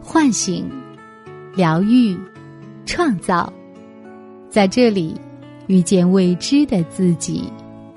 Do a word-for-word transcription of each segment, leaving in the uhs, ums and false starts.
唤醒、疗愈、创造，在这里遇见未知的自己。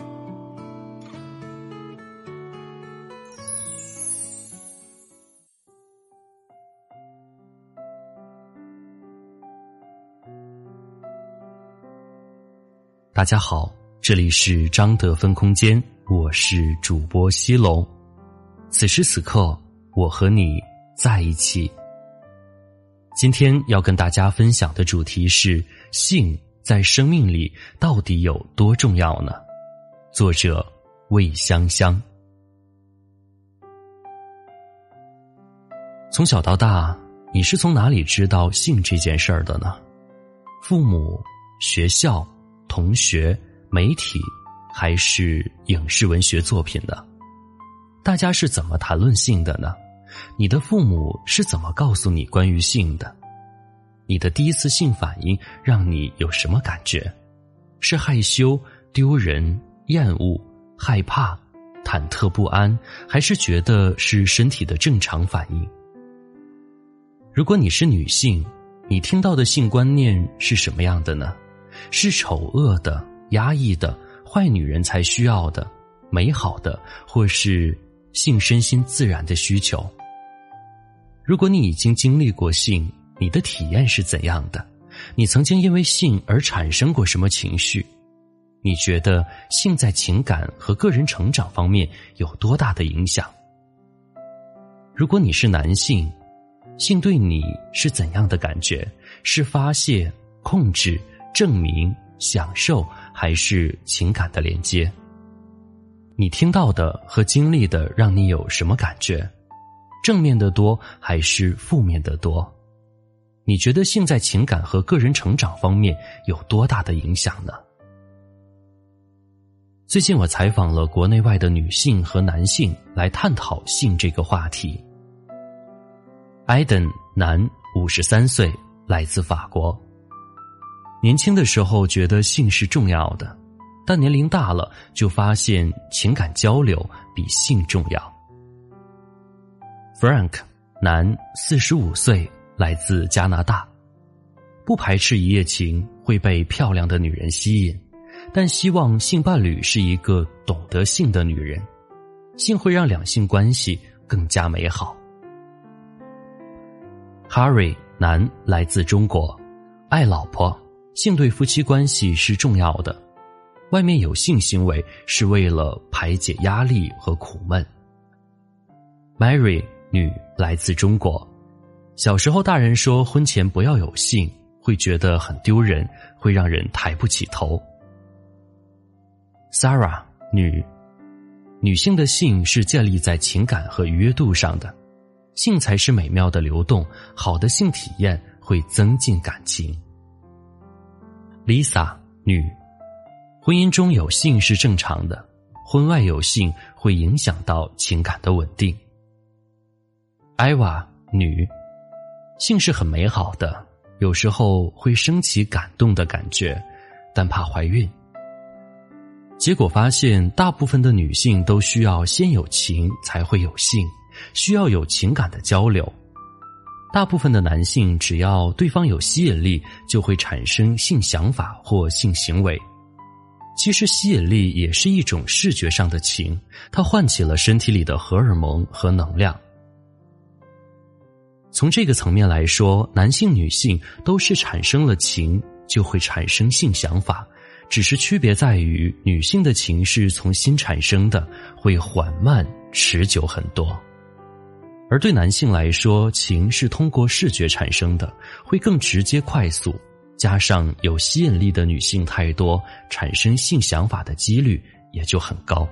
大家好，这里是张德芬空间，我是主播西龙。此时此刻，我和你在一起。今天要跟大家分享的主题是性在生命里到底有多重要呢？作者魏香香。从小到大，你是从哪里知道性这件事儿的呢？父母、学校、同学、媒体，还是影视文学作品的？大家是怎么谈论性的呢？你的父母是怎么告诉你关于性的？你的第一次性反应让你有什么感觉？是害羞、丢人、厌恶、害怕、忐忑不安，还是觉得是身体的正常反应？如果你是女性，你听到的性观念是什么样的呢？是丑恶的、压抑的、坏女人才需要的、美好的，或是性身心自然的需求？如果你已经经历过性，你的体验是怎样的？你曾经因为性而产生过什么情绪？你觉得性在情感和个人成长方面有多大的影响？如果你是男性，性对你是怎样的感觉？是发泄、控制、证明、享受，还是情感的连接？你听到的和经历的让你有什么感觉？正面的多还是负面的多？你觉得性在情感和个人成长方面有多大的影响呢？最近我采访了国内外的女性和男性来探讨性这个话题。艾登，男，五十三岁，来自法国。年轻的时候觉得性是重要的，但年龄大了就发现情感交流比性重要。Frank， 男，四十五岁，来自加拿大。不排斥一夜情，会被漂亮的女人吸引，但希望性伴侣是一个懂得性的女人，性会让两性关系更加美好。Harry， 男，来自中国，爱老婆，性对夫妻关系是重要的，外面有性行为是为了排解压力和苦闷。Mary， 女，来自中国，小时候大人说婚前不要有性，会觉得很丢人，会让人抬不起头。Sarah， 女，女性的性是建立在情感和愉悦度上的，性才是美妙的流动，好的性体验会增进感情。Lisa， 女，婚姻中有性是正常的，婚外有性会影响到情感的稳定。Eva， 女，性是很美好的，有时候会升起感动的感觉，但怕怀孕。结果发现大部分的女性都需要先有情才会有性，需要有情感的交流。大部分的男性只要对方有吸引力，就会产生性想法或性行为。其实吸引力也是一种视觉上的情，它唤起了身体里的荷尔蒙和能量。从这个层面来说，男性女性都是产生了情就会产生性想法，只是区别在于女性的情是从心产生的，会缓慢持久很多。而对男性来说，情是通过视觉产生的，会更直接快速，加上有吸引力的女性太多，产生性想法的几率也就很高。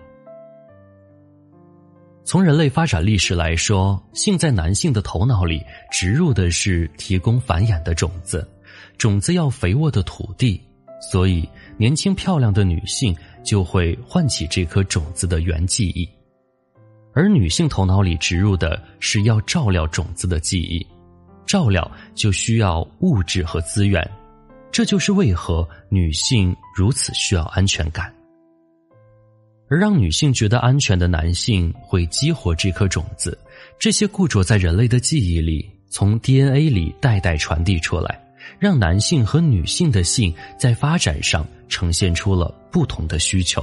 从人类发展历史来说，性在男性的头脑里植入的是提供繁衍的种子，种子要肥沃的土地，所以年轻漂亮的女性就会唤起这颗种子的原记忆。而女性头脑里植入的是要照料种子的记忆，照料就需要物质和资源，这就是为何女性如此需要安全感。而让女性觉得安全的男性会激活这颗种子，这些固着在人类的记忆里， 从 D N A 里代代传递出来，让男性和女性的性在发展上呈现出了不同的需求。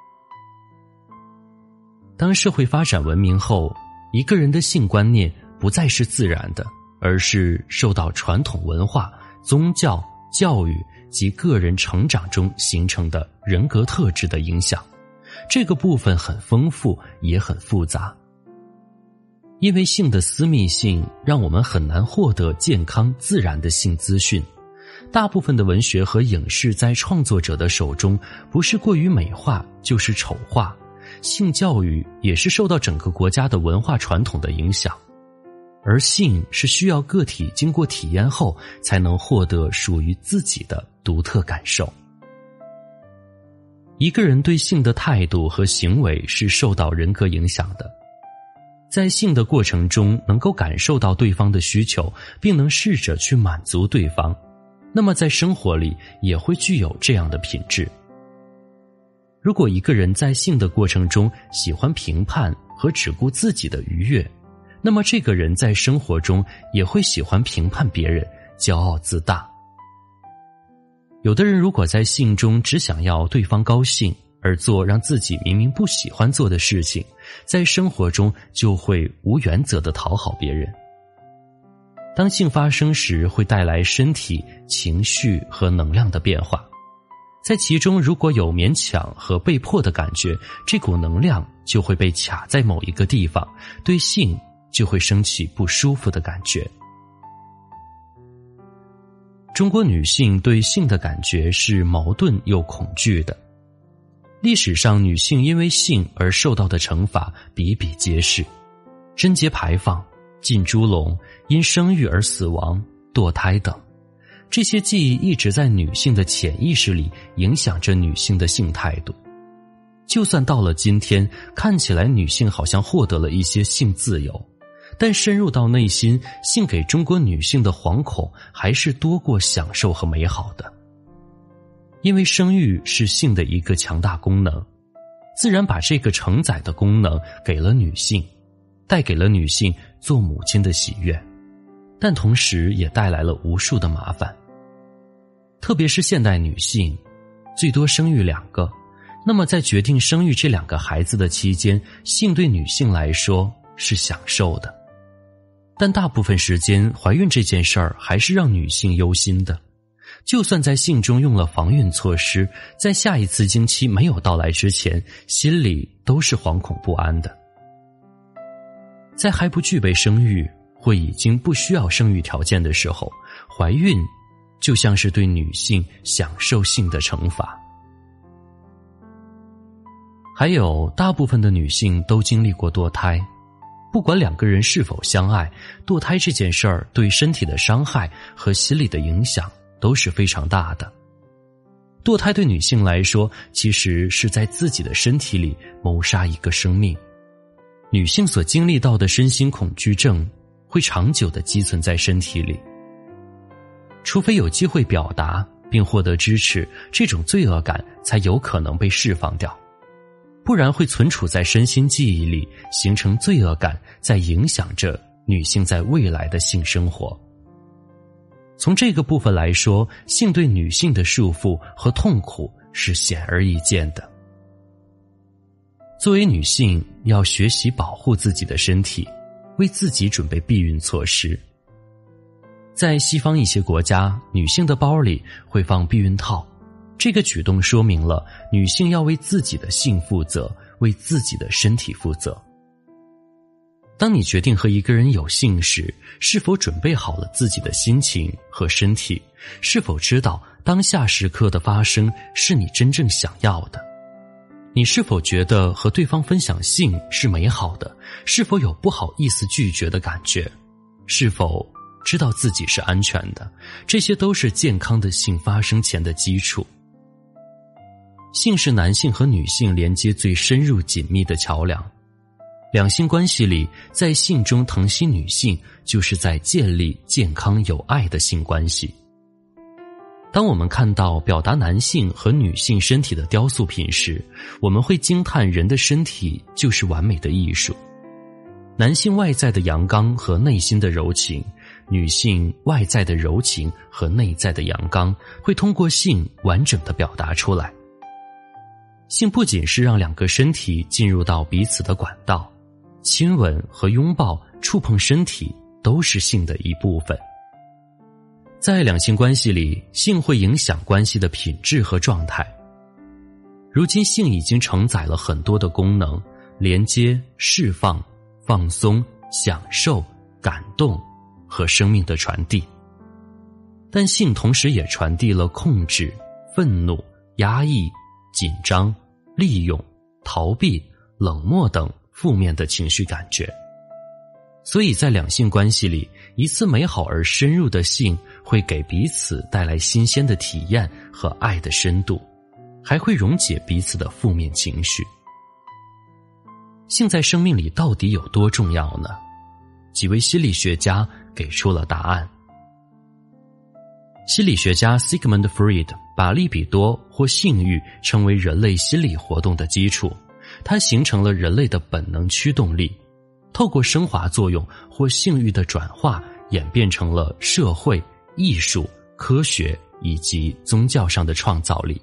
当社会发展文明后，一个人的性观念不再是自然的，而是受到传统文化、宗教、教育及个人成长中形成的人格特质的影响。这个部分很丰富，也很复杂。因为性的私密性，让我们很难获得健康自然的性资讯。大部分的文学和影视在创作者的手中，不是过于美化，就是丑化。性教育也是受到整个国家的文化传统的影响，而性是需要个体经过体验后才能获得属于自己的独特感受。一个人对性的态度和行为是受到人格影响的，在性的过程中能够感受到对方的需求，并能试着去满足对方，那么在生活里也会具有这样的品质。如果一个人在性的过程中喜欢评判和只顾自己的愉悦，那么这个人在生活中也会喜欢评判别人，骄傲自大。有的人如果在性中只想要对方高兴，而做让自己明明不喜欢做的事情，在生活中就会无原则地讨好别人。当性发生时，会带来身体、情绪和能量的变化。在其中如果有勉强和被迫的感觉，这股能量就会被卡在某一个地方，对性就会升起不舒服的感觉。中国女性对性的感觉是矛盾又恐惧的。历史上女性因为性而受到的惩罚比比皆是，贞节牌坊、进猪笼、因生育而死亡、堕胎等。这些记忆一直在女性的潜意识里影响着女性的性态度。就算到了今天，看起来女性好像获得了一些性自由，但深入到内心，性给中国女性的惶恐还是多过享受和美好的。因为生育是性的一个强大功能，自然把这个承载的功能给了女性，带给了女性做母亲的喜悦，但同时也带来了无数的麻烦。特别是现代女性最多生育两个，那么在决定生育这两个孩子的期间，性对女性来说是享受的，但大部分时间怀孕这件事儿还是让女性忧心的。就算在性中用了防孕措施，在下一次经期没有到来之前，心里都是惶恐不安的。在还不具备生育或已经不需要生育条件的时候，怀孕就像是对女性享受性的惩罚。还有，大部分的女性都经历过堕胎，不管两个人是否相爱，堕胎这件事儿对身体的伤害和心理的影响都是非常大的。堕胎对女性来说，其实是在自己的身体里谋杀一个生命。女性所经历到的身心恐惧症会长久地积存在身体里，除非有机会表达并获得支持，这种罪恶感才有可能被释放掉，不然会存储在身心记忆里，形成罪恶感，在影响着女性在未来的性生活。从这个部分来说，性对女性的束缚和痛苦是显而易见的。作为女性，要学习保护自己的身体，为自己准备避孕措施。在西方一些国家，女性的包里会放避孕套，这个举动说明了女性要为自己的性负责，为自己的身体负责。当你决定和一个人有性时，是否准备好了自己的心情和身体？是否知道当下时刻的发生是你真正想要的？你是否觉得和对方分享性是美好的？是否有不好意思拒绝的感觉？是否知道自己是安全的？这些都是健康的性发生前的基础。性是男性和女性连接最深入紧密的桥梁。两性关系里，在性中疼惜女性，就是在建立健康有爱的性关系。当我们看到表达男性和女性身体的雕塑品时，我们会惊叹人的身体就是完美的艺术。男性外在的阳刚和内心的柔情， 女性外在的柔情和内在的阳刚会通过性完整地表达出来。性不仅是让两个身体进入到彼此的管道，亲吻和拥抱、触碰身体都是性的一部分。在两性关系里，性会影响关系的品质和状态。如今性已经承载了很多的功能，连接、释放、放松、享受、感动和生命的传递。但性同时也传递了控制、愤怒、压抑、紧张、利用、逃避、冷漠等负面的情绪感觉。所以在两性关系里，一次美好而深入的性会给彼此带来新鲜的体验和爱的深度，还会溶解彼此的负面情绪。性在生命里到底有多重要呢？几位心理学家给出了答案。心理学家 Sigmund Freud 把利比多或性欲称为人类心理活动的基础，它形成了人类的本能驱动力，透过升华作用或性欲的转化，演变成了社会、艺术、科学以及宗教上的创造力。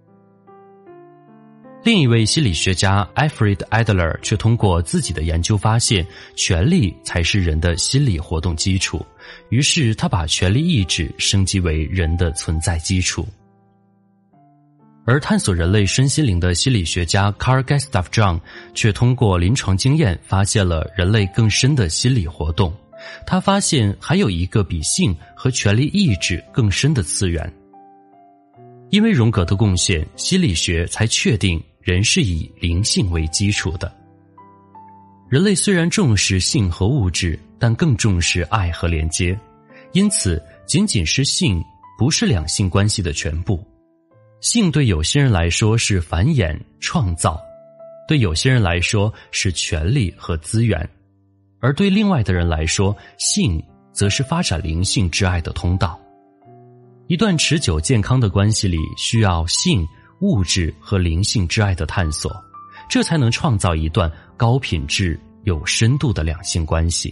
另一位心理学家 Alfred Adler 却通过自己的研究发现，权力才是人的心理活动基础，于是他把权力意志升级为人的存在基础。而探索人类身心灵的心理学家 Carl Gustav Jung 却通过临床经验发现了人类更深的心理活动，他发现还有一个比性和权力意志更深的次元。因为荣格的贡献，心理学才确定人是以灵性为基础的。人类虽然重视性和物质，但更重视爱和连接，因此仅仅是性不是两性关系的全部。性对有些人来说是繁衍、创造，对有些人来说是权力和资源，而对另外的人来说，性则是发展灵性之爱的通道。一段持久健康的关系里，需要性、物质和灵性之爱的探索，这才能创造一段高品质、有深度的两性关系。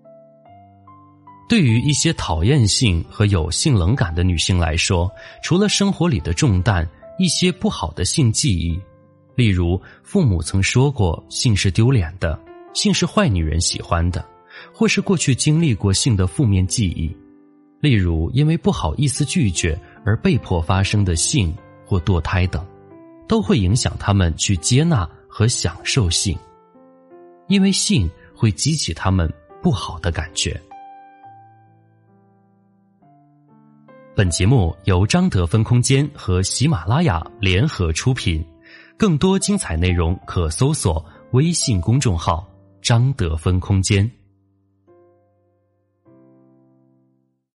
对于一些讨厌性和有性冷感的女性来说，除了生活里的重担，一些不好的性记忆，例如父母曾说过性是丢脸的，性是坏女人喜欢的，或是过去经历过性的负面记忆，例如因为不好意思拒绝而被迫发生的性或堕胎等，都会影响他们去接纳和享受性，因为性会激起他们不好的感觉。本节目由张德芬空间和喜马拉雅联合出品，更多精彩内容可搜索微信公众号张德芬空间。